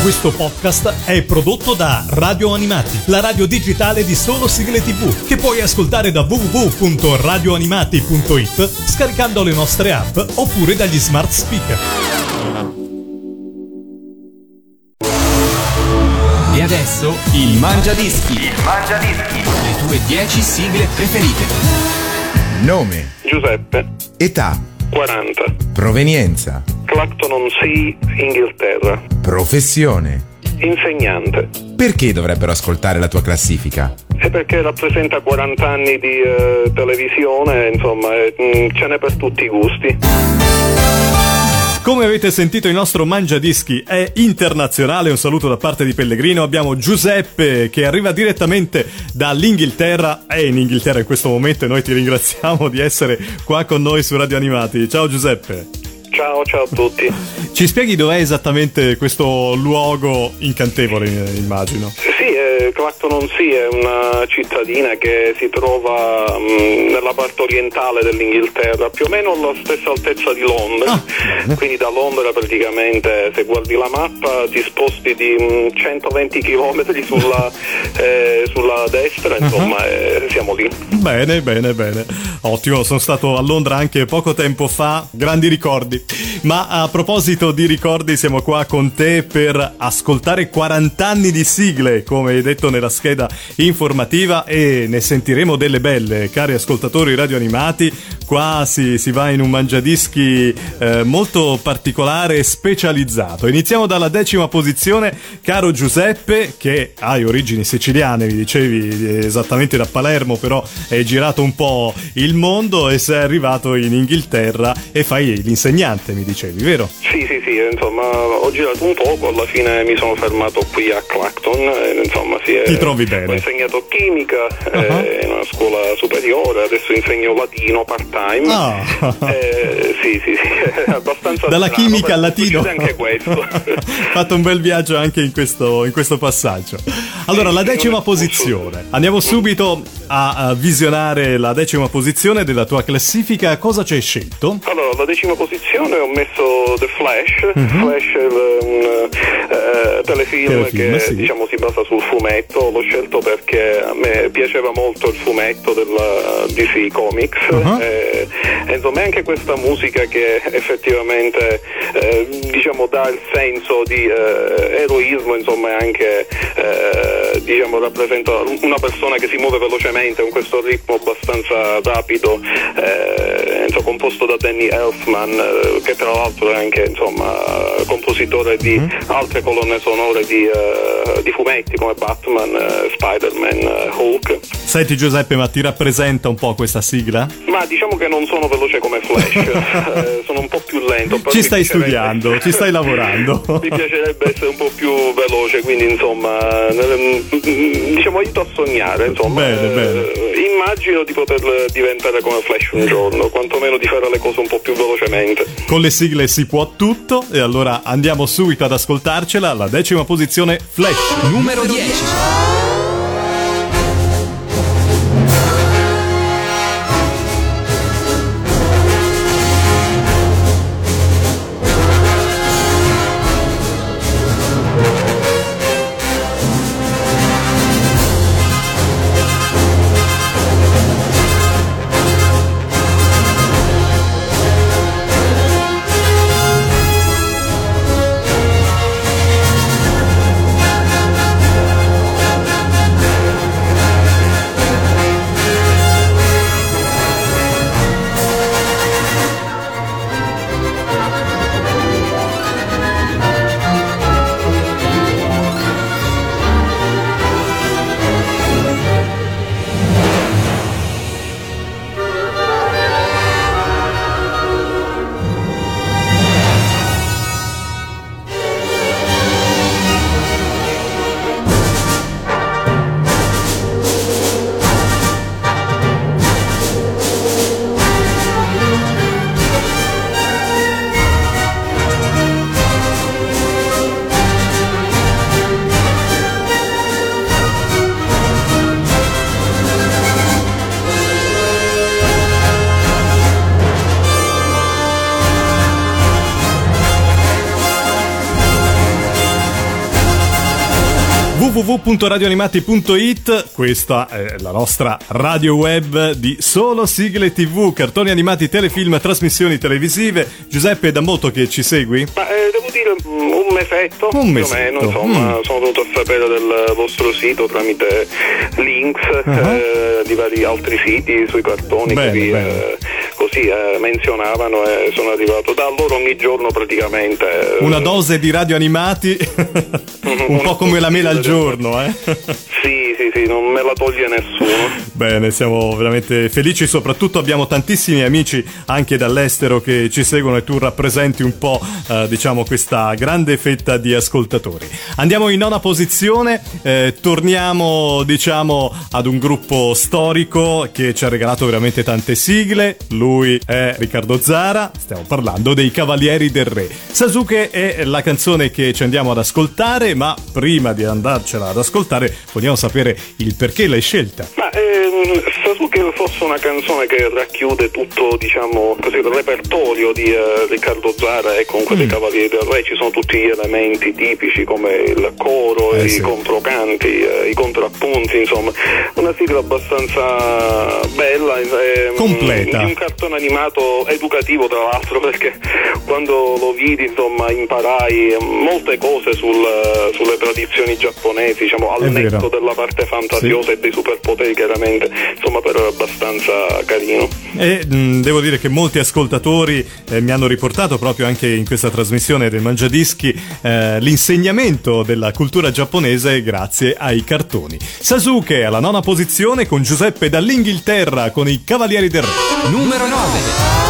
Questo podcast è prodotto da Radio Animati, la radio digitale di solo sigle TV, che puoi ascoltare da www.radioanimati.it scaricando le nostre app oppure dagli smart speaker. E adesso il Mangiadischi. Le tue 10 sigle preferite. Nome: Giuseppe. età: 40. provenienza: Clacton-on-Sea, Inghilterra. professione. Insegnante. Perché dovrebbero ascoltare la tua classifica? E perché rappresenta 40 anni di televisione, insomma, ce n'è per tutti i gusti. Come avete sentito, il nostro Mangiadischi è internazionale. Un saluto da parte di Pellegrino. Abbiamo Giuseppe che arriva direttamente dall'Inghilterra. È in Inghilterra in questo momento e noi ti ringraziamo di essere qua con noi su Radio Animati. Ciao Giuseppe. Ciao a tutti. Ci spieghi dov'è esattamente questo luogo incantevole, immagino? Sì, Clacton-on-Sea è una cittadina che si trova nella parte orientale dell'Inghilterra, più o meno alla stessa altezza di Londra. Quindi da Londra praticamente, se guardi la mappa, ti sposti di 120 km sulla destra, insomma, siamo lì. Bene. Ottimo, sono stato a Londra anche poco tempo fa, grandi ricordi. Ma a proposito di ricordi, siamo qua con te per ascoltare 40 anni di sigle, come hai detto nella scheda informativa, e ne sentiremo delle belle, cari ascoltatori Radio Animati. Qua si va in un mangiadischi molto particolare e specializzato. Iniziamo dalla 10ª posizione, caro Giuseppe, che hai origini siciliane, mi dicevi, esattamente da Palermo, però hai girato un po' il mondo e sei arrivato in Inghilterra e fai l'insegnante, mi dicevi, vero? Sì, insomma, ho girato un poco, alla fine mi sono fermato qui a Clacton, insomma, ti trovi bene. Ho insegnato chimica in una scuola superiore, adesso insegno latino part-time. Sì, abbastanza dalla strano, chimica al latino. Anche questo. Fatto un bel viaggio anche in questo passaggio. Allora, la 10ª posizione. Andiamo subito a visionare la 10ª posizione della tua classifica. Cosa ci hai scelto? Allora, la 10ª posizione ho messo The Flash. Flash è un telefilm che sì, diciamo si basa sul fumetto. L'ho scelto perché a me piaceva molto il fumetto della DC Comics. Insomma, è anche questa musica che effettivamente diciamo dà il senso di eroismo, insomma, è anche diciamo rappresenta una persona che si muove velocemente con questo ritmo abbastanza rapido, insomma, composto da Danny Elfman, che tra l'altro è anche, insomma, compositore di altre colonne sonore di fumetti come Batman, Spider-Man, Hulk. Senti Giuseppe, ma ti rappresenta un po' questa sigla? Ma diciamo che non sono veloce come Flash, sono un po' più lento. Ci stai studiando, ci stai lavorando. Mi piacerebbe essere un po' più veloce, quindi insomma, diciamo, aiuto a sognare, insomma. Bene. Immagino di poter diventare come Flash un giorno, quantomeno di fare le cose un po' più velocemente. Con le sigle si può tutto, e allora andiamo subito ad ascoltarcela. La 10ª posizione, Flash. Numero 10. www.radioanimati.it, questa è la nostra radio web di solo sigle TV, cartoni animati, telefilm, trasmissioni televisive. Giuseppe, è da molto che ci segui? Ma devo dire un mesetto, più o meno, insomma, sono venuto a sapere del vostro sito tramite links di vari altri siti sui cartoni che così menzionavano, e sono arrivato da loro ogni giorno praticamente. Una dose di radio animati, un po' come la mela al giorno, eh? Sì, non me la toglie nessuno. Bene, siamo veramente felici, soprattutto abbiamo tantissimi amici anche dall'estero che ci seguono e tu rappresenti un po' diciamo questa grande fetta di ascoltatori. Andiamo in nona posizione, torniamo diciamo ad un gruppo storico che ci ha regalato veramente tante sigle. Lui è Riccardo Zara, stiamo parlando dei Cavalieri del Re. Sasuke è la canzone che ci andiamo ad ascoltare, ma prima di andarcela ad ascoltare vogliamo sapere il perché l'hai scelta. Ma Sasuke fosse una canzone che racchiude tutto, diciamo così, il repertorio di Riccardo Zara e comunque dei Cavalieri del Re. Ci sono tutti gli elementi tipici come il coro, i controcanti, i contrappunti, insomma una sigla abbastanza bella, completa, di un cartone animato educativo tra l'altro, perché quando lo vidi insomma imparai molte cose sulle tradizioni giapponesi, diciamo al netto della parte fantasiosa e dei superpoteri chiaramente, insomma però è abbastanza carino. E devo dire che molti ascoltatori mi hanno riportato proprio anche in questa trasmissione del Mangiadischi l'insegnamento della cultura giapponese grazie ai cartoni. Sasuke alla nona posizione con Giuseppe dall'Inghilterra con i Cavalieri del Re. Numero 9.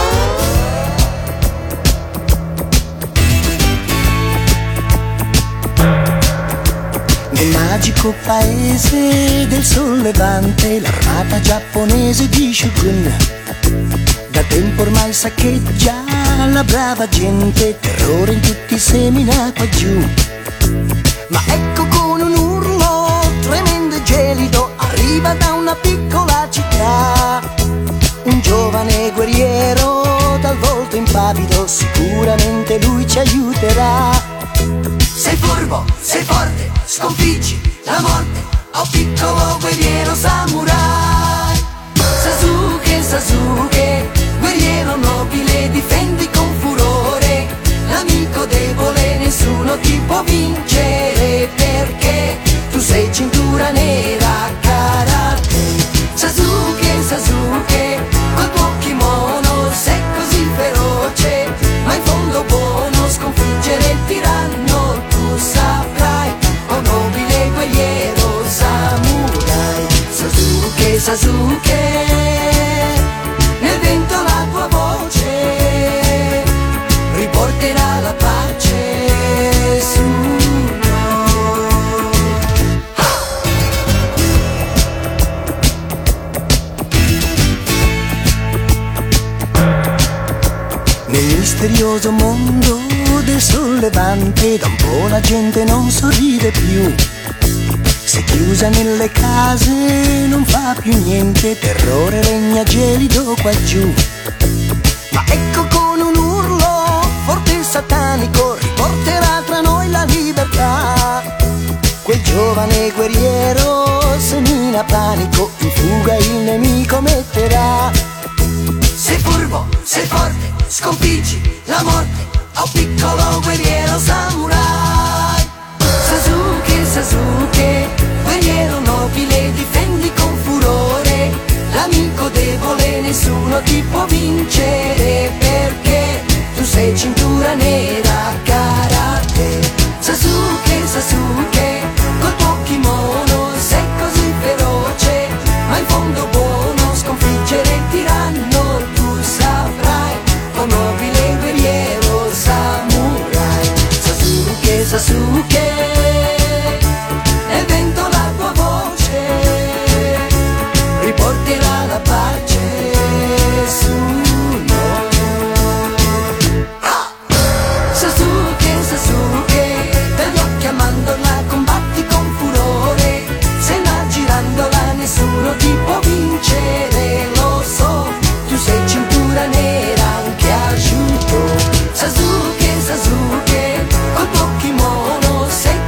Nel magico paese del sollevante, l'armata giapponese di Shogun da tempo ormai saccheggia la brava gente, terrore in tutti semina qua giù. Ma ecco con un urlo tremendo e gelido arriva da una piccola città un giovane guerriero dal volto impavido, sicuramente lui ci aiuterà. Sei furbo, sei forte, sconfiggi la morte, oh piccolo guerriero samurai. Sasuke, Sasuke, guerriero nobile, difendi con furore l'amico debole, nessuno ti può vincere perché tu sei cintura nera karate. Sasuke, Sasuke, col tuo kimono sei così feroce, ma in fondo buono, sconfiggere il tiranno tu saprai, oh nobile guerriero samurai. Sasuke, Sasuke, nel vento la tua voce riporterà la pace su noi. Nel misterioso mondo del sollevante da un po' la gente non sorride più, se chiusa nelle case non fa più niente, terrore regna gelido qua giù. Ma ecco con un urlo forte e satanico riporterà tra noi la libertà. Quel giovane guerriero semina panico, in fuga il nemico metterà. Sei furbo, sei forte, sconfiggi la morte, oh piccolo guerriero samurai. Sasuke, Sasuke, guerriero nobile, difendi con furore l'amico debole, nessuno ti può vincere perché tu sei cintura nera karate. Sasuke, Sasuke, col tuo kimono sei così feroce, ma in fondo buono, sconfiggere il tiranno tu saprai, oh nobile guerriero samurai. Sasuke, Sasuke, nel vento la tua voce riporterà la pace su noi. Sasuke, Sasuke, per gli occhi a mandorla combatti con furore, se la girandola nessuno ti può vincere, lo so, tu sei cintura nera anche asciutto. Sasuke, Sasuke, col tuo kimono sei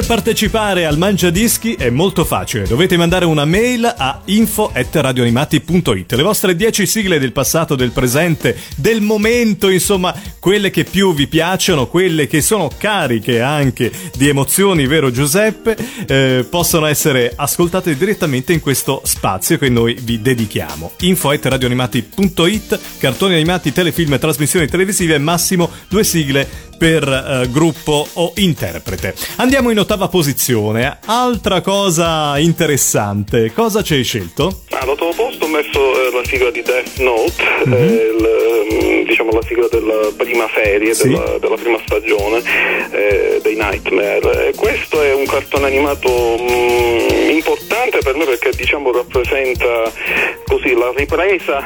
Per partecipare al Mangiadischi è molto facile, dovete mandare una mail a info@radioanimati.it. Le vostre 10 sigle del passato, del presente, del momento, insomma, quelle che più vi piacciono, quelle che sono cariche anche di emozioni, vero Giuseppe, possono essere ascoltate direttamente in questo spazio che noi vi dedichiamo. info@radioanimati.it, cartoni animati, telefilm, trasmissioni televisive, massimo 2 sigle per gruppo o interprete. Andiamo in ottava posizione. Altra cosa interessante, cosa ci hai scelto? All'ottavo posto ho messo la sigla di Death Note, diciamo la sigla della prima serie, sì, della prima stagione dei Nightmare. Questo è un cartone animato importante per me perché diciamo rappresenta così la ripresa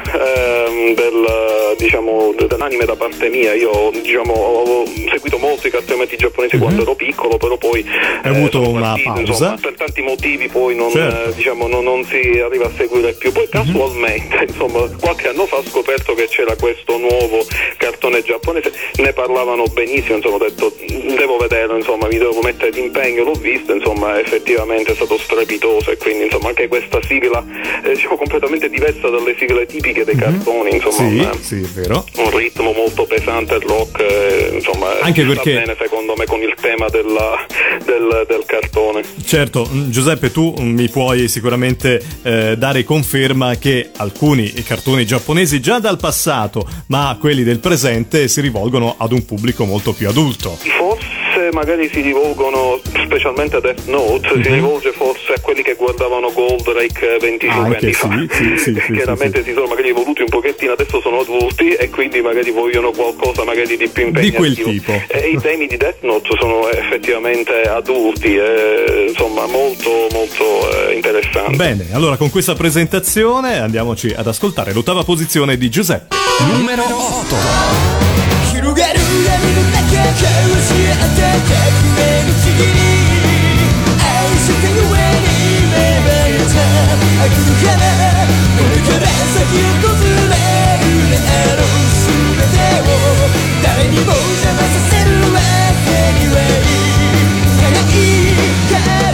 dell'anime da parte mia. Io diciamo ho seguito molti cartoni animati giapponesi quando ero piccolo, però poi hai avuto una pausa, insomma, per tanti motivi poi non, certo, non si arriva a seguire più. Poi casualmente insomma qualche anno fa ho scoperto che c'era questo nuovo cartone giapponese, ne parlavano benissimo, insomma ho detto devo vederlo, insomma mi devo mettere d'impegno, l'ho visto, insomma effettivamente è stato strepitoso, e quindi insomma anche questa sigla diciamo completamente diversa dalle sigle tipiche dei cartoni, insomma sì, è vero, un ritmo molto pesante, rock, insomma anche sta perché bene secondo me con il tema del cartone. Certo, Giuseppe, tu mi puoi sicuramente dare conferma che alcuni cartoni giapponesi già dal passato, ma quelli del presente si rivolgono ad un pubblico molto più adulto. Forse magari si rivolgono, specialmente a Death Note, si rivolge forse a quelli che guardavano Goldrake 25 anni fa. Sì, chiaramente si sono magari evoluti un pochettino, adesso sono adulti e quindi magari vogliono qualcosa magari di più impegnativo. Di quel tipo. E i temi di Death Note sono effettivamente adulti, insomma molto interessanti. Bene, allora con questa presentazione andiamoci ad ascoltare l'ottava posizione di Giuseppe. Numero 8. 広がる闇の中交わし合った革命の次に愛したゆえに芽生えた悪の花これから先を訪れるであろう全てを誰にも邪魔させるわけにはいかないから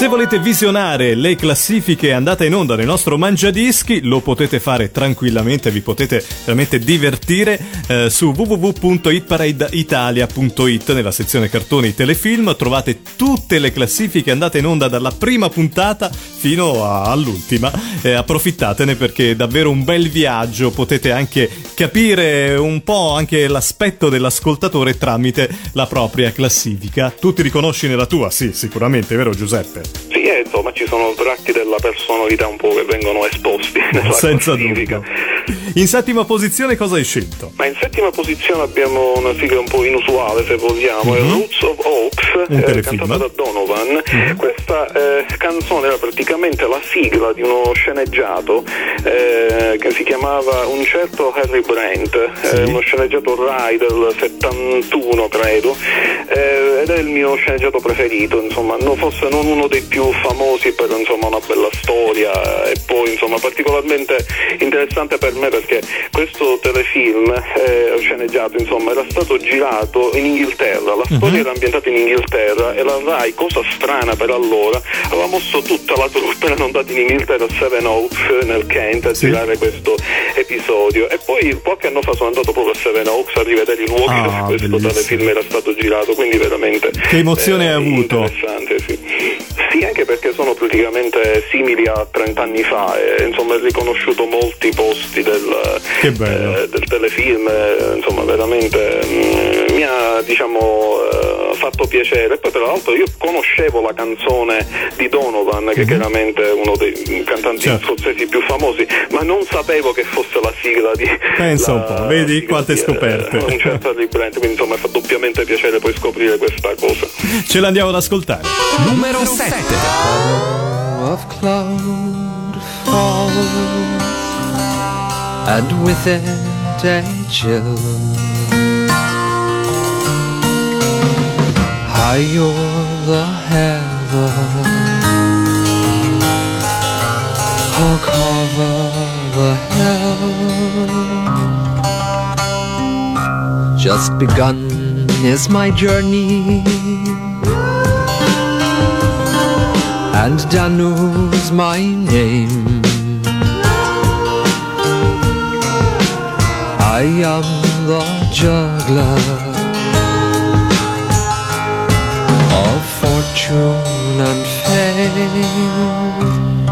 Se volete visionare le classifiche andate in onda nel nostro Mangiadischi, lo potete fare tranquillamente, vi potete veramente divertire su www.hitparadeitalia.it. Nella sezione cartoni telefilm trovate tutte le classifiche andate in onda dalla prima puntata fino all'ultima. Approfittatene perché è davvero un bel viaggio, potete anche capire un po' anche l'aspetto dell'ascoltatore tramite la propria classifica. Tu ti riconosci nella tua? Sì, sicuramente, vero Giuseppe? Sì, insomma ci sono tratti della personalità un po' che vengono esposti nella Senza classifica. dubbio. In settima posizione cosa hai scelto? Ma in settima posizione abbiamo una sigla un po' inusuale, se vogliamo, è Roots of Oaks, cantata da Donovan. Questa canzone era praticamente la sigla di uno sceneggiato che si chiamava Un certo Harry Brent, uno sceneggiato Rai del 71 credo, ed è il mio sceneggiato preferito, insomma, forse non uno dei più famosi per insomma una bella storia, e poi insomma particolarmente interessante per me perché questo telefilm sceneggiato insomma era stato girato in Inghilterra, la storia era ambientata in Inghilterra e la Rai, cosa strana per allora, aveva mosso tutta la troupe, erano andati in Inghilterra a Sevenoaks nel Kent a girare questo episodio, e poi qualche anno fa sono andato proprio a Sevenoaks a rivedere i luoghi dove questo telefilm era stato girato, quindi veramente che emozione hai avuto? Interessante, sì. Sì, anche perché sono praticamente simili a 30 anni fa e insomma ho riconosciuto molti posti del telefilm, insomma veramente mi ha fatto piacere. E poi tra l'altro io conoscevo la canzone di Donovan, che è chiaramente uno dei cantanti scozzesi più famosi, ma non sapevo che fosse la sigla di pensa un po', vedi quante scoperte. Un certo Harry Brent, quindi insomma fa doppiamente piacere poi scoprire questa cosa. Ce l'andiamo ad ascoltare. Numero 7. Of cloud falls, and with it a chill. High o'er the heather, I'll cover the hill. Just begun is my journey, and Danu's my name. I am the juggler of fortune and fame.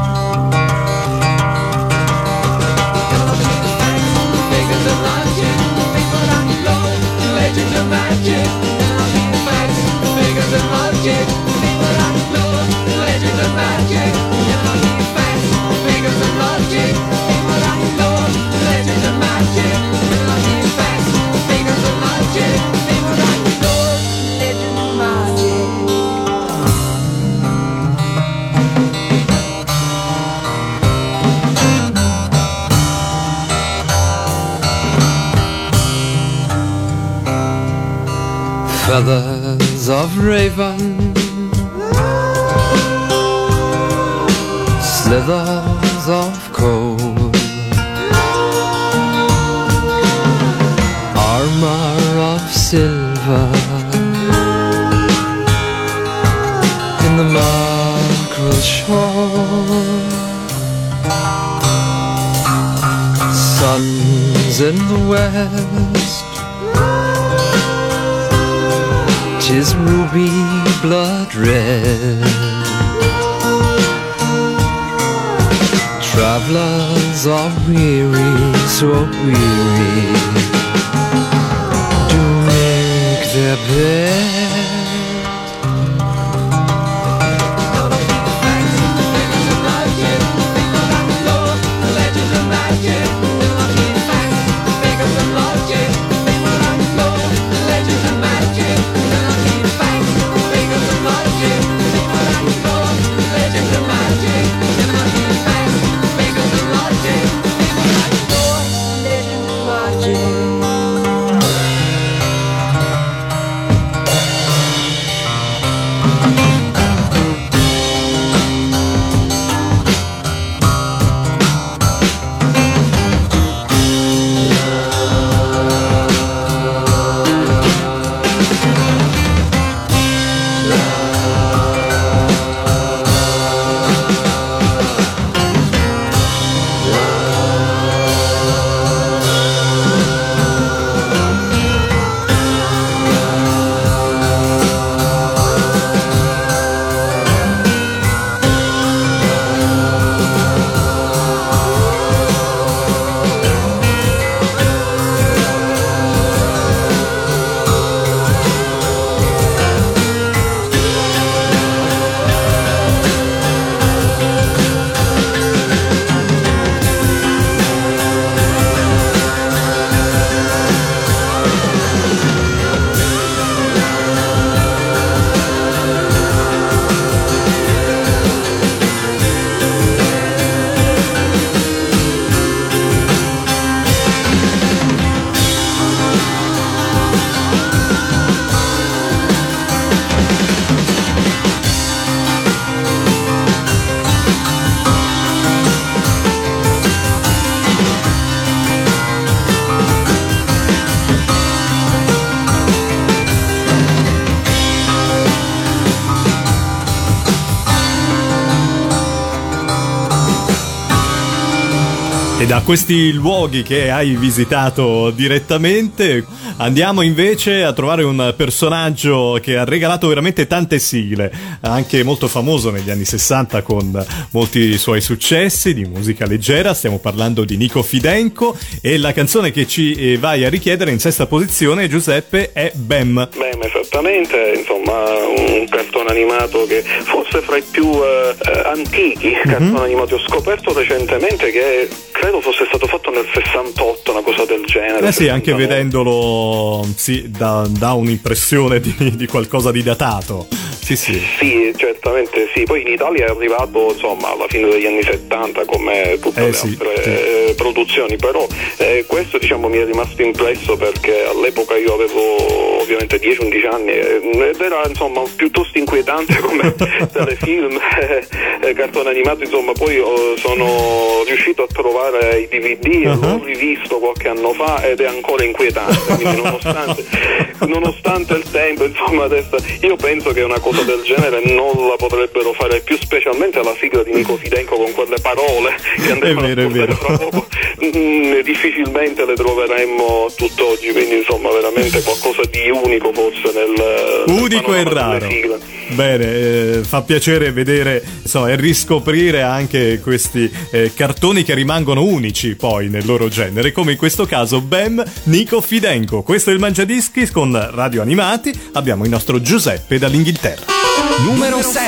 Figures of logic, people and law, legends of magic, figures of logic, people and law, legends of magic, figures of logic, people and law, legends of magic, figures of logic, people and law, legends of magic. Feathers of raven, slithers of coal, armor of silver in the mackerel shoal, suns in the west, 'tis ruby blood red. Travelers are weary, so weary, to make their bed. E da questi luoghi che hai visitato direttamente andiamo invece a trovare un personaggio che ha regalato veramente tante sigle, anche molto famoso negli anni 60 con molti suoi successi di musica leggera. Stiamo parlando di Nico Fidenco e la canzone che ci vai a richiedere in sesta posizione, Giuseppe, è Bam. Bam, esattamente, insomma un cartone animato che forse fra i più antichi cartoni animati. Ho scoperto recentemente che credo fosse stato fatto nel 68, una cosa del genere. Sì, anche vedendolo dà un'impressione di qualcosa di datato. Sì, certamente sì. Poi in Italia è arrivato insomma alla fine degli anni 70 come tutte le altre produzioni, però questo diciamo mi è rimasto impresso perché all'epoca io avevo ovviamente 10-11 anni ed era insomma piuttosto inquietante come telefilm, cartone animato. Insomma poi sono riuscito a trovare i DVD e l'ho rivisto qualche anno fa ed è ancora inquietante, quindi nonostante il tempo, insomma adesso io penso che una cosa del genere non la potrebbero fare più, specialmente alla sigla di Nico Fidenco con quelle parole che andavano a ascoltare fra poco. Difficilmente le troveremmo tutt'oggi, quindi insomma veramente qualcosa di unico forse nel unico e raro. Bene, fa piacere vedere e riscoprire anche questi cartoni che rimangono unici poi nel loro genere, come in questo caso Bam, Nico Fidenco. Questo è il Mangiadischi con Radio Animati. Abbiamo il nostro Giuseppe dall'Inghilterra. Numero 6.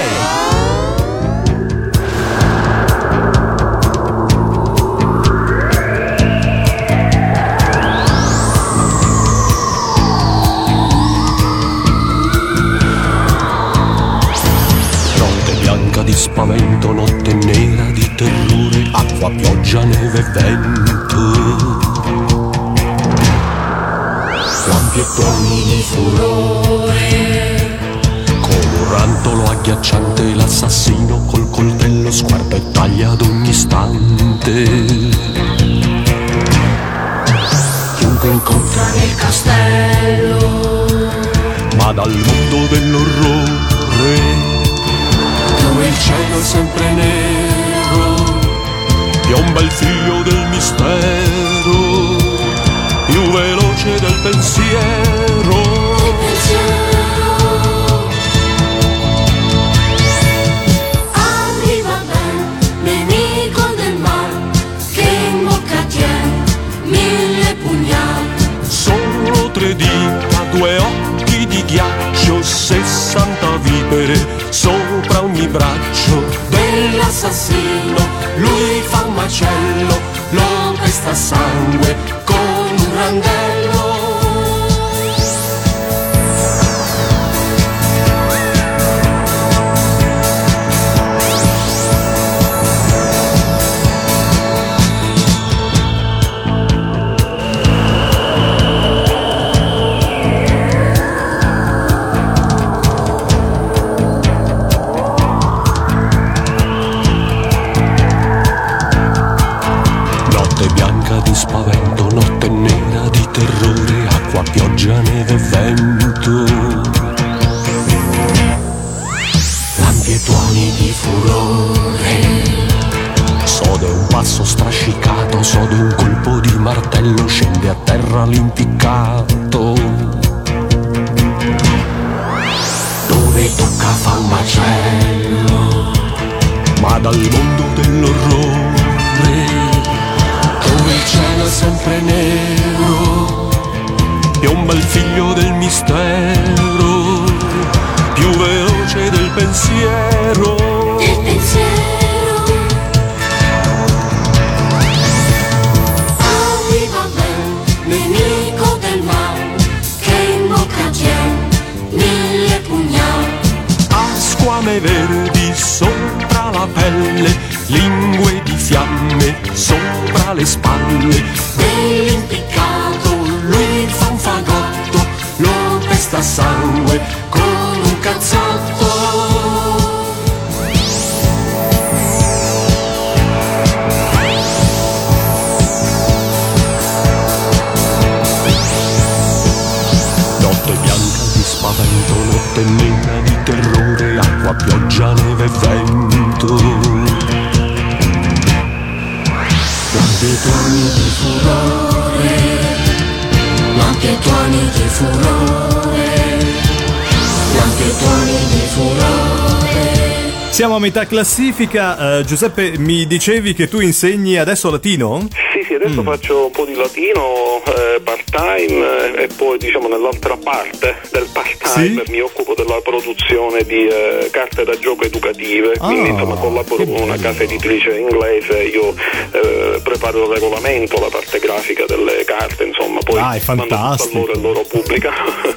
Di spavento, notte nera di terrore, acqua, pioggia, neve e vento. Lampi e tuoni di furore, come un rantolo agghiacciante, l'assassino col coltello sguarda e taglia ad ogni istante. Chiunque incontra nel castello, ma dal mondo dell'orrore, dove il cielo è sempre nero, piomba il figlio del mistero, più veloce del pensiero. Arriva Ben, nemico del mal, che in bocca tiene 1000 pugnali. Solo 3 dita, 2 occhi di ghiaccio, 60 vipere sopra ogni braccio Dell'assassino, lui fa un macello, lo pesta sangue con un randello. Di spavento, notte nera di terrore, acqua, pioggia, neve e vento. Lampi e tuoni di furore, sode un passo strascicato, sode un colpo di martello, scende a terra l'impiccato. Dove tocca fa un macello, ma dal mondo dell'orrore, dove il cielo è sempre nero, piomba il figlio del mistero, più veloce del pensiero. Del pensiero. Arriva Ben, nemico del male, che in bocca tiene 1000 pugnali. Ha squame verdi sopra la pelle, lingue di fiamme sopra le spalle. Dell'impiccato lui fa un fagotto, lo pesta sangue con un cazzotto. Notte bianca di spavento, notte nera di terrore, acqua, pioggia, neve e vento. Lampi e Siamo a metà classifica. Giuseppe, mi dicevi che tu insegni adesso latino? Sì, adesso faccio un po' di latino part-time e poi diciamo nell'altra parte del part-time mi occupo della produzione di carte da gioco educative, quindi insomma collaboro con una casa editrice inglese, io preparo il regolamento, la parte grafica delle carte, insomma, poi fantastico. Quando loro pubblica.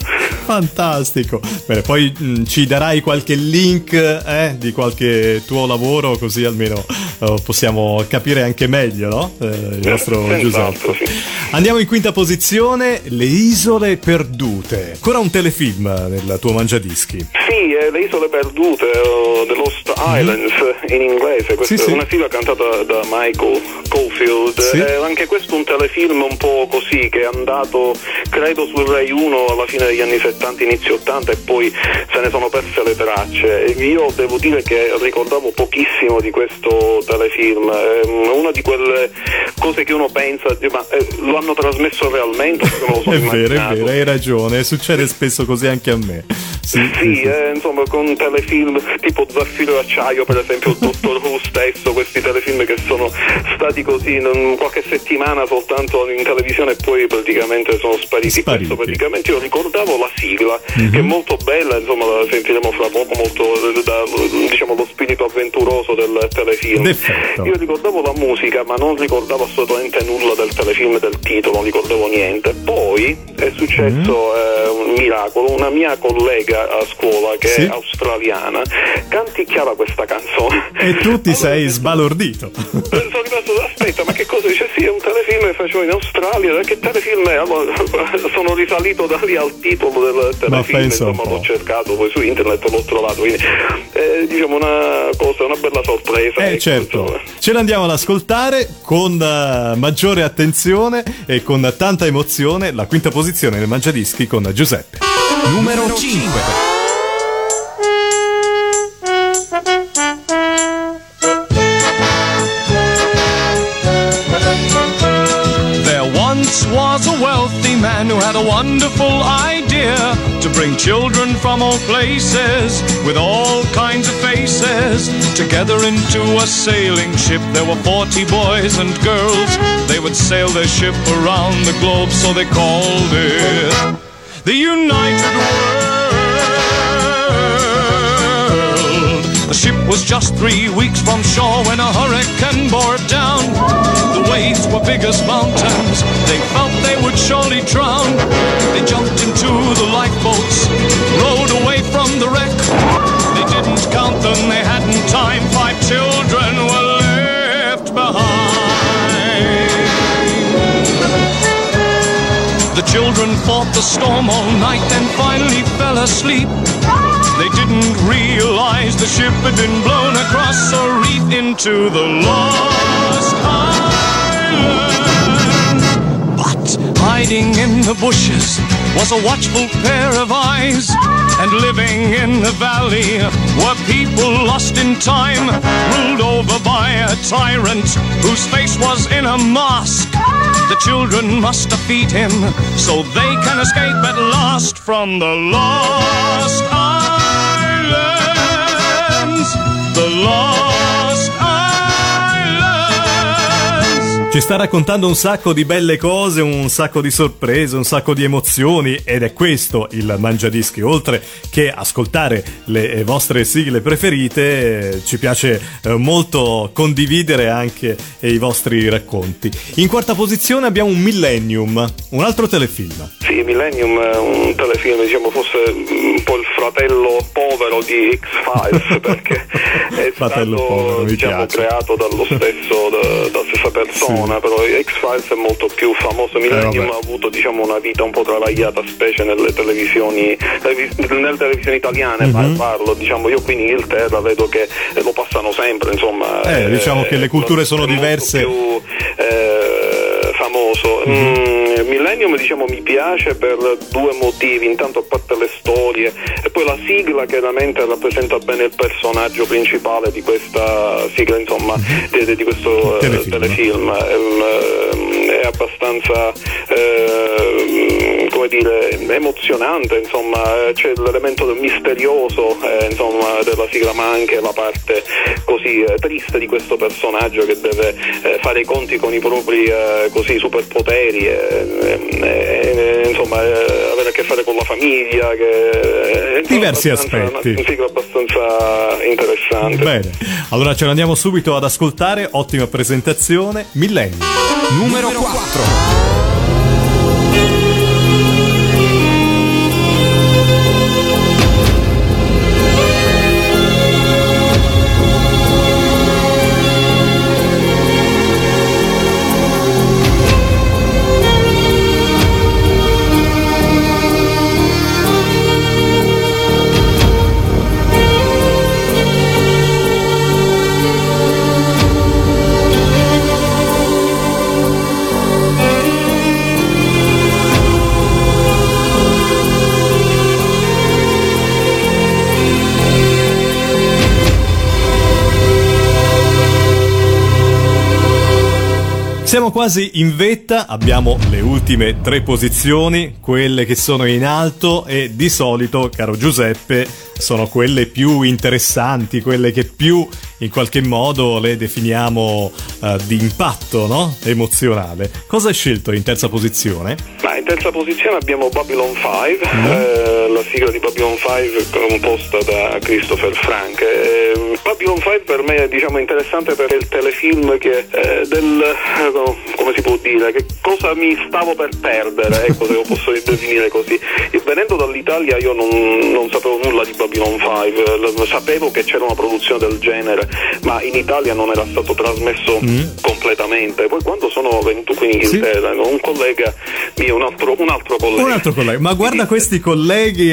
Fantastico. Bene, poi ci darai qualche link di qualche tuo lavoro, così almeno possiamo capire anche meglio, no? Il nostro Giuseppe. Sì. Andiamo in quinta posizione, Le Isole Perdute. Ancora un telefilm nel tuo mangiadischi. Sì, Le Isole Perdute, The Lost Islands in inglese. Questa è una sigla cantata da Michael Caulfield. Anche questo un telefilm un po' così, che è andato credo sul Rai 1 alla fine degli anni 70, inizio 80, e poi se ne sono perse le tracce. Io devo dire che ricordavo pochissimo di questo telefilm. Una di quelle cose che uno pensa, ma lo hanno trasmesso realmente? Non lo so. È vero, hai ragione, succede spesso così anche a me. Insomma, con telefilm tipo Zaffiro e Acciaio, per esempio, il Dottor Who stesso, questi telefilm che sono stati così qualche settimana soltanto in televisione e poi praticamente sono spariti. Questo praticamente io ricordavo la sigla, che è molto bella, insomma la sentiremo fra poco, molto diciamo lo spirito avventuroso del telefilm. Io ricordavo la musica, ma non ricordavo assolutamente nulla del telefilm, del titolo, non ricordavo niente. Poi è successo un miracolo, una mia collega a scuola che è australiana canticchiava questa canzone e tu ti sei sbalordito. Sono rimasto, aspetta, ma che cosa dice? Sì, è un telefilm che facevo in Australia. Che telefilm è? Allora, sono risalito da lì al titolo del telefilm, insomma l'ho cercato poi su internet, l'ho trovato, quindi diciamo una bella sorpresa. Certo, ce l'andiamo ad ascoltare con maggiore attenzione e con tanta emozione, la quinta posizione nel Mangiadischi con Giuseppe. Numero 5. Was a wealthy man who had a wonderful idea to bring children from all places with all kinds of faces together into a sailing ship. There were 40 boys and girls. They would sail their ship around the globe, so they called it the United World. The ship was just 3 weeks from shore when a hurricane bore it down. The waves were big as mountains. They felt they would surely drown. They jumped into the lifeboats, rowed away from the wreck. They didn't count them, they hadn't time. 5 children were left behind. The children fought the storm all night, then finally fell asleep. They didn't realize the ship had been blown across a reef into the Lost Island. But hiding in the bushes was a watchful pair of eyes, and living in the valley were people lost in time, ruled over by a tyrant whose face was in a mask. The children must defeat him so they can escape at last from the Lost Island. The Lost Islands. Ci sta raccontando un sacco di belle cose, un sacco di sorprese, un sacco di emozioni, ed è questo il Mangiadischi. Oltre che ascoltare le vostre sigle preferite, ci piace molto condividere anche i vostri racconti. In quarta posizione abbiamo un Millennium, un altro telefilm. Sì, Millennium è un telefilm, diciamo forse un po' il fratello povero di X-Files, perché è stato povero, diciamo, creato dallo stesso, dalla stessa persona, però X-Files è molto più famoso. Millennium ha avuto diciamo una vita un po' travagliata, specie nelle televisioni italiane, parlo, diciamo, io qui in Inghilterra vedo che lo passano sempre, insomma. Diciamo che le culture sono diverse. Più famoso. Millennium diciamo mi piace per 2 motivi: intanto a parte le storie e poi la sigla che veramente rappresenta bene il personaggio principale di questa sigla, insomma, di questo telefilm. è abbastanza come dire, emozionante, insomma, c'è l'elemento del misterioso insomma della sigla, ma anche la parte così triste di questo personaggio che deve fare i conti con i propri così superpoteri, insomma avere a che fare con la famiglia, che diversi aspetti. Una sigla abbastanza interessante. Bene, allora ce l'andiamo subito ad ascoltare. Ottima presentazione, Millennium. Numero 4. Siamo quasi in vetta, abbiamo le ultime 3 posizioni, quelle che sono in alto e di solito, caro Giuseppe, sono quelle più interessanti, quelle che più in qualche modo le definiamo di impatto, no? Emozionale. Cosa hai scelto in terza posizione? Ma in terza posizione abbiamo Babylon 5, la sigla di Babylon 5 composta da Christopher Frank. Babylon 5 per me è, diciamo, interessante perché è il telefilm che come si può dire, che cosa mi stavo per perdere, ecco, se lo posso definire così. Venendo dall'Italia io non sapevo nulla di Babylon 5, sapevo che c'era una produzione del genere, ma in Italia non era stato trasmesso completamente. Poi quando sono venuto qui in Inghilterra, un collega mio, un altro collega. Ma guarda questi colleghi,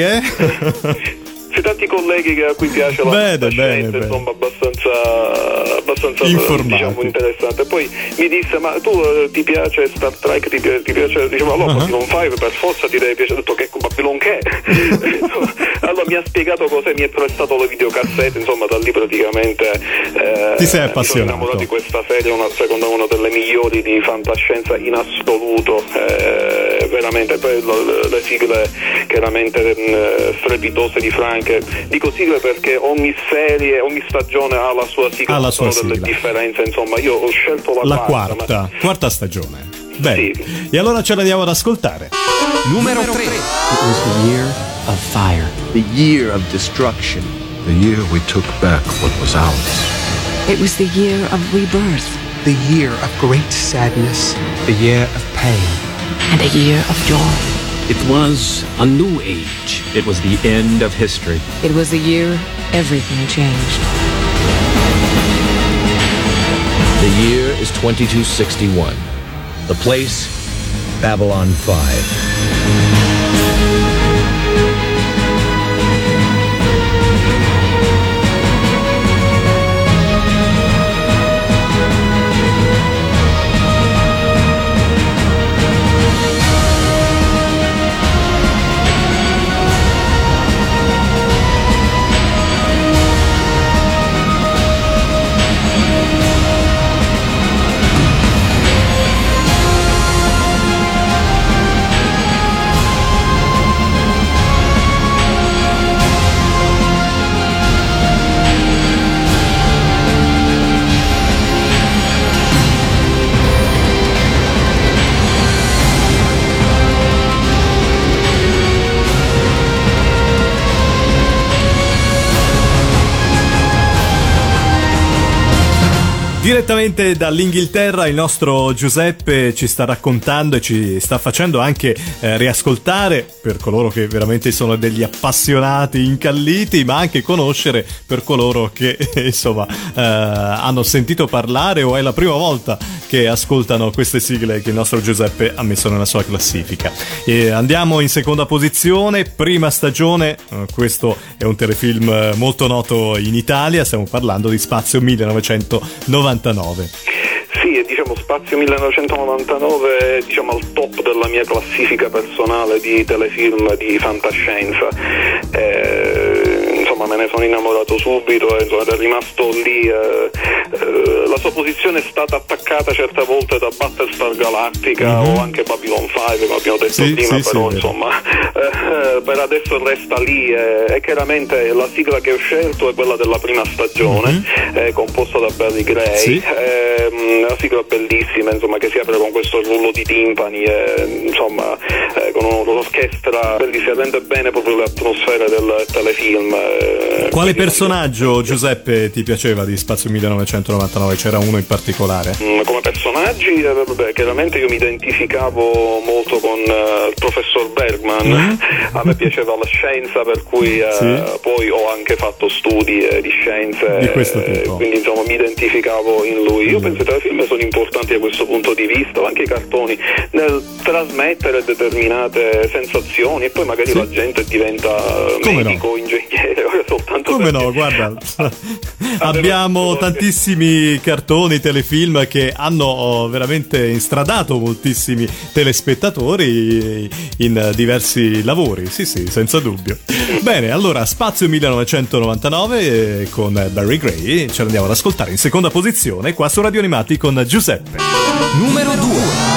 C'è tanti colleghi a cui piace la fantascienza, insomma, abbastanza diciamo interessante. Poi mi disse: ma tu ti piace Star Trek, ti piace, diciamo, allora Babylon 5 per forza ti deve piacere. Ho detto: che Babylon che? Allora mi ha spiegato cos'è, mi ha prestato le videocassette, insomma, da lì praticamente ti sei appassionato. Sono innamorato di questa serie, secondo me una delle migliori di fantascienza in assoluto, veramente. Poi le sigle chiaramente strepitose di Frank. Dico sigle perché ogni serie, ogni stagione ha la sua sigla, delle differenze, insomma. Io ho scelto la quarta stagione. Bene, sì. E allora ce l'andiamo ad ascoltare. Numero 3. It was the year of fire, the year of destruction, the year we took back what was ours. It was the year of rebirth, the year of great sadness, the year of pain, and a year of joy. It was a new age. It was the end of history. It was the year everything changed. The year is 2261. The place, Babylon 5. Direttamente dall'Inghilterra il nostro Giuseppe ci sta raccontando e ci sta facendo anche riascoltare, per coloro che veramente sono degli appassionati incalliti, ma anche conoscere per coloro che insomma hanno sentito parlare o è la prima volta che ascoltano queste sigle che il nostro Giuseppe ha messo nella sua classifica. E andiamo in seconda posizione, prima stagione. Questo è un telefilm molto noto in Italia, stiamo parlando di Spazio 1999. Sì, diciamo Spazio 1999 è, diciamo, al top della mia classifica personale di telefilm di fantascienza. Insomma, me me ne sono innamorato subito e insomma, è rimasto lì. La sua posizione è stata attaccata certe volte da Battlestar Galactica o anche Babylon 5, come abbiamo detto prima, però insomma per adesso resta lì e chiaramente la sigla che ho scelto è quella della prima stagione, composta da Barry Gray, una sigla bellissima, insomma, che si apre con questo rullo di timpani insomma con un'orchestra bellissima, rende bene proprio l'atmosfera del telefilm. Quale personaggio, Giuseppe, ti piaceva di Spazio 1999? C'era uno in particolare? Come personaggi, chiaramente io mi identificavo molto con il professor Bergman. A me piaceva la scienza, per cui poi ho anche fatto studi di scienze di questo tipo, quindi insomma mi identificavo in lui. Io penso che i telefilm sono importanti da questo punto di vista, anche i cartoni, nel trasmettere determinate sensazioni, e poi magari la gente diventa medico, ingegnere, soltanto come no, guarda abbiamo tantissimi cartoni, telefilm che hanno veramente instradato moltissimi telespettatori in diversi lavori, sì, senza dubbio. Bene, allora Spazio 1999 con Barry Gray ce l'andiamo ad ascoltare in seconda posizione qua su Radio Animati con Giuseppe. Numero 2.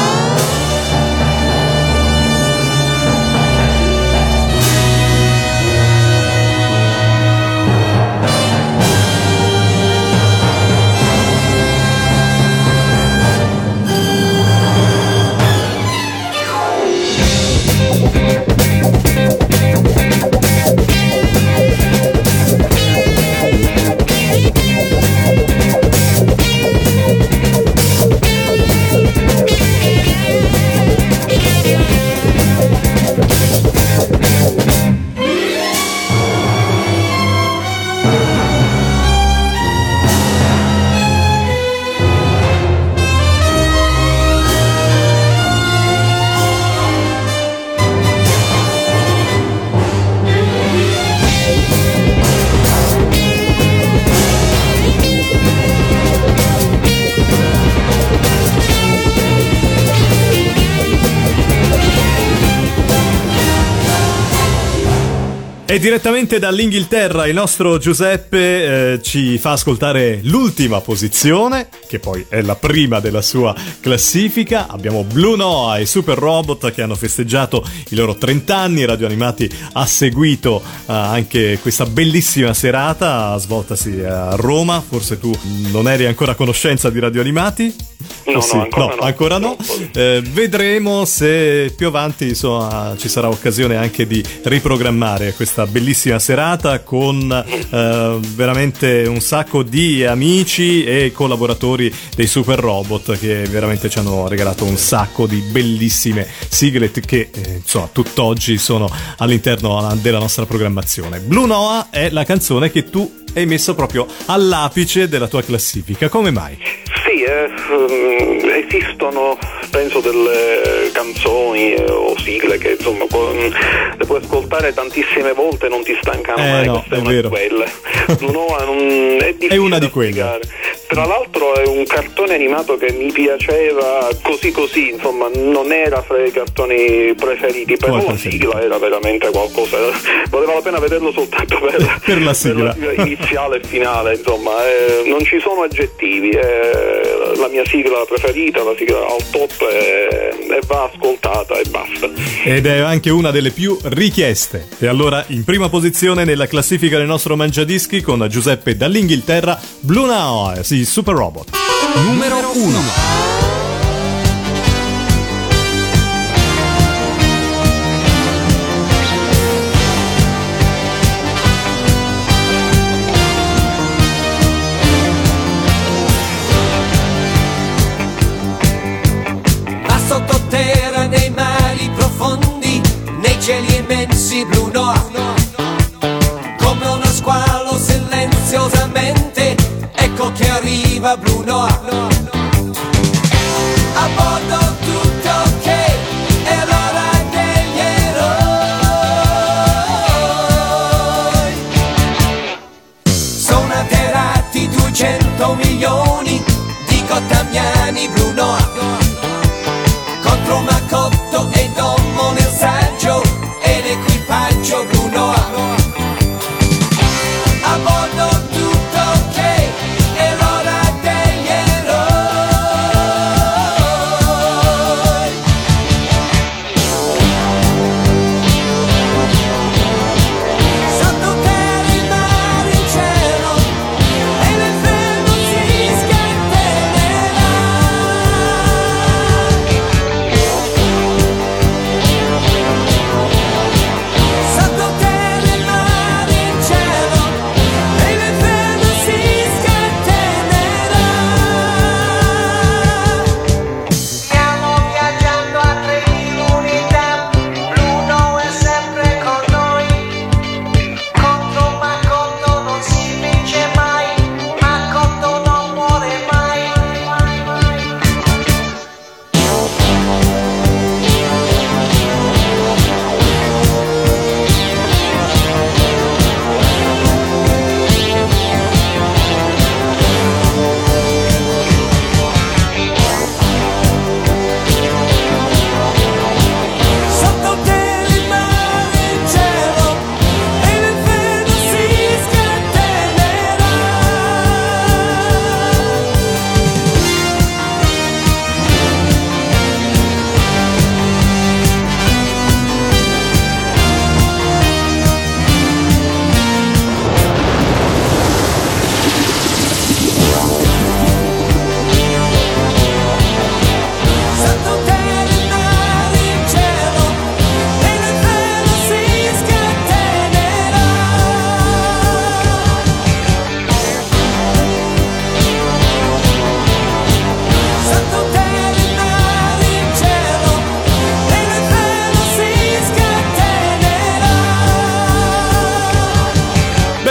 E direttamente dall'Inghilterra il nostro Giuseppe ci fa ascoltare l'ultima posizione, che poi è la prima della sua classifica. Abbiamo Blue Noah e Super Robot che hanno festeggiato i loro 30 anni. Radio Animati ha seguito anche questa bellissima serata svoltasi a Roma. Forse tu non eri ancora a conoscenza di Radio Animati? No, ancora no. Vedremo se più avanti insomma ci sarà occasione anche di riprogrammare questa bellissima serata con veramente un sacco di amici e collaboratori dei Super Robot che veramente ci hanno regalato un sacco di bellissime sigle che insomma tutt'oggi sono all'interno della nostra programmazione. Blue Noah è la canzone che tu hai messo proprio all'apice della tua classifica. Come mai? Sì, esistono penso delle canzoni o sigle che insomma le puoi ascoltare tantissime volte e non ti stancano mai. No, questa è una vero. di quelle. È difficile, è una di da quelle. spiegare. Tra l'altro è un cartone animato che mi piaceva così, insomma non era fra i cartoni preferiti, però la sigla era veramente qualcosa, valeva la pena vederlo soltanto per la sigla iniziale e finale, insomma non ci sono aggettivi, la mia sigla preferita, la sigla al top e va ascoltata e basta. Ed è anche una delle più richieste. E allora in prima posizione nella classifica del nostro Mangiadischi con Giuseppe dall'Inghilterra, Blue Noah, sì, Super Robot. Numero 1. Sottoterra, nei mari profondi, nei cieli immensi Blue Noah, come uno squalo silenziosamente, ecco che arriva Blue Noah. A bordo tutto ok, è l'ora degli eroi. Sono atterrati 200 milioni di cottamiani Blue Noah, contro Macotto e Dommo nel saggio e l'equipaggio Blue Noah.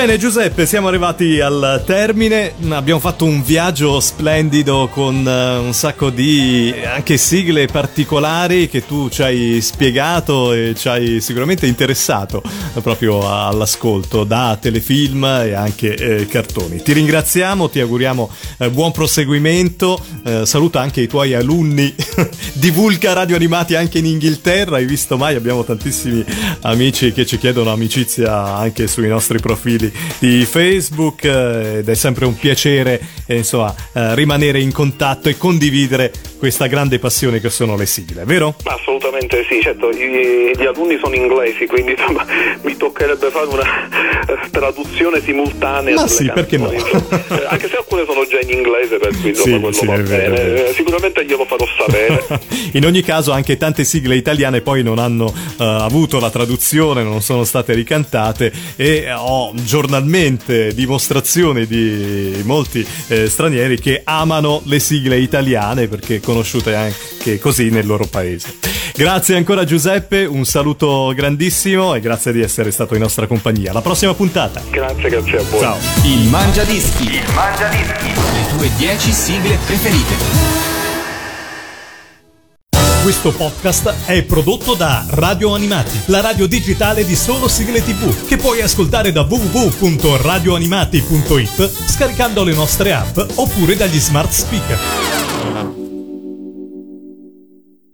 Bene Giuseppe, siamo arrivati al termine, abbiamo fatto un viaggio splendido con un sacco di anche sigle particolari che tu ci hai spiegato e ci hai sicuramente interessato proprio all'ascolto da telefilm e anche cartoni. Ti ringraziamo, ti auguriamo buon proseguimento, saluta anche i tuoi alunni, divulga Radio Animati anche in Inghilterra, hai visto mai? Abbiamo tantissimi amici che ci chiedono amicizia anche sui nostri profili di Facebook ed è sempre un piacere rimanere in contatto e condividere questa grande passione che sono le sigle, vero? Assolutamente sì, certo, gli alunni sono inglesi, quindi insomma mi toccherebbe fare una traduzione simultanea. Ma sì, perché no? Anche se alcune sono già in inglese, per cui insomma sì, quello va bene. Sicuramente glielo farò sapere. In ogni caso anche tante sigle italiane poi non hanno avuto la traduzione, non sono state ricantate e ho giornalmente dimostrazioni di molti stranieri che amano le sigle italiane perché conosciute anche così nel loro paese. Grazie ancora Giuseppe, un saluto grandissimo e grazie di essere stato in nostra compagnia. Alla prossima puntata. Grazie a voi. Ciao. Il Mangiadischi. Le tue 10 sigle preferite. Questo podcast è prodotto da Radio Animati, la radio digitale di solo sigle TV, che puoi ascoltare da www.radioanimati.it scaricando le nostre app oppure dagli smart speaker.